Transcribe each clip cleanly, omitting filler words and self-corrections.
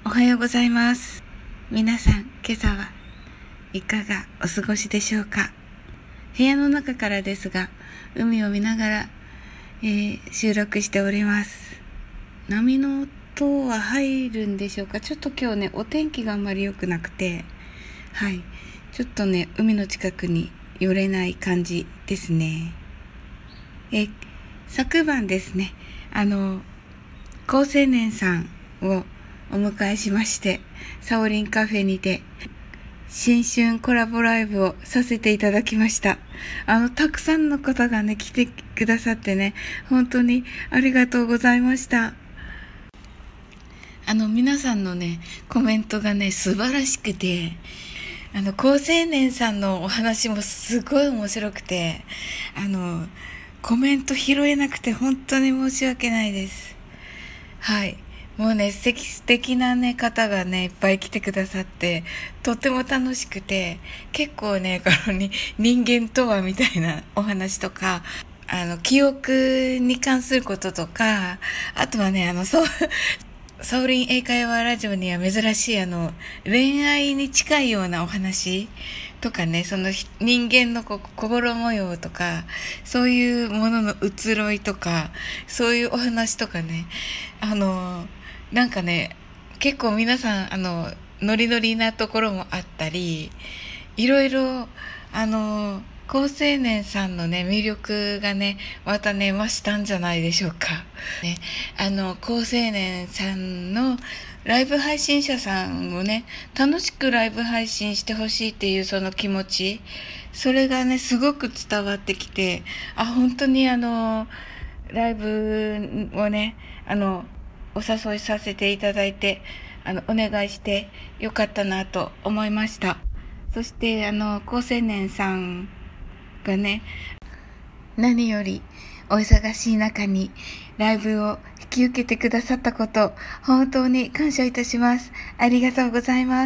おはようございます。皆さん、今朝はいかがお過ごしでしょうか。部屋の中からですが、海を見ながら、収録しております。波の音は入るんでしょうか。ちょっと今日ね、お天気があんまり良くなくて、ちょっとね、海の近くに寄れない感じですね。昨晩ですね、高青年さんをお迎えしまして、サオリンカフェにて新春コラボライブをさせていただきました。たくさんの方がね、来てくださってね、本当にありがとうございました。皆さんのね、コメントがね、素晴らしくて、高青年さんのお話もすごい面白くて、コメント拾えなくて本当に申し訳ないです。もうね、素敵なね、方がね、いっぱい来てくださって、とっても楽しくて、結構ね、人間とはみたいなお話とか、記憶に関することとか、あとはね、サオリン英会話ラジオには珍しい恋愛に近いようなお話とかね、その人間の心模様とか、そういうものの移ろいとか、そういうお話とかね、なんかね、結構皆さん、ノリノリなところもあったり、いろいろ、高青年さんのね、魅力がね、またね、増したんじゃないでしょうか。ね、高青年さんのライブ配信者さんをね、楽しくライブ配信してほしいっていうその気持ち、それがね、すごく伝わってきて、本当にライブをね、お誘いさせていただいて、お願いしてよかったなと思いました。そして、高青年さんがね、何よりお忙しい中にライブを引き受けてくださったこと、本当に感謝いたします。ありがとうございます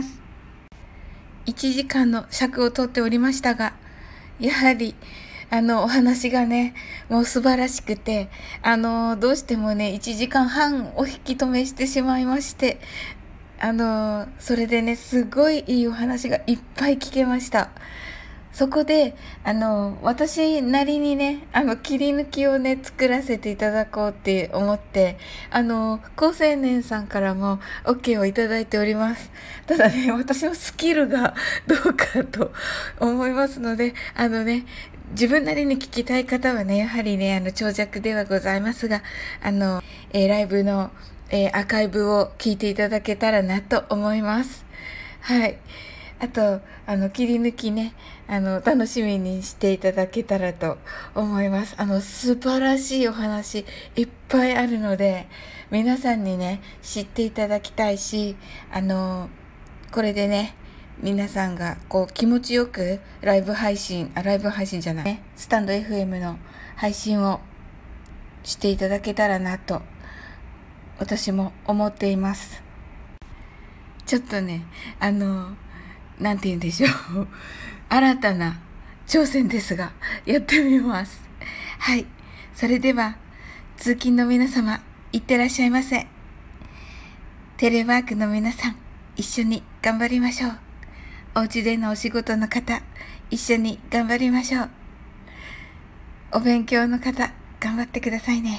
。1時間の尺をとっておりましたが、やはり、お話がね、もう素晴らしくて、どうしてもね、1時間半お引き止めしてしまいまして、それでね、すごいいいお話がいっぱい聞けました。そこで、私なりにね、切り抜きをね、作らせていただこうって思って、高青年さんからも OK をいただいております。ただね、私のスキルがどうかと思いますので、自分なりに聞きたい方はね、やはりね、長尺ではございますが、ライブの、アーカイブを聞いていただけたらなと思います。あと、切り抜きね、楽しみにしていただけたらと思います。素晴らしいお話いっぱいあるので、皆さんにね、知っていただきたいし、これでね、皆さんが気持ちよくライブ配信じゃないね、スタンド FM の配信をしていただけたらなと、私も思っています。ちょっとね、なんて言うんでしょう。新たな挑戦ですが、やってみます。それでは、通勤の皆様、いってらっしゃいませ。テレワークの皆さん、一緒に頑張りましょう。お家でのお仕事の方、一緒に頑張りましょう。お勉強の方、頑張ってくださいね。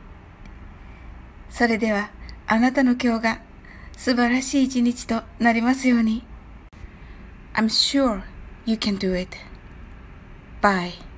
それでは、あなたの今日が素晴らしい一日となりますように。I'm sure you can do it. Bye.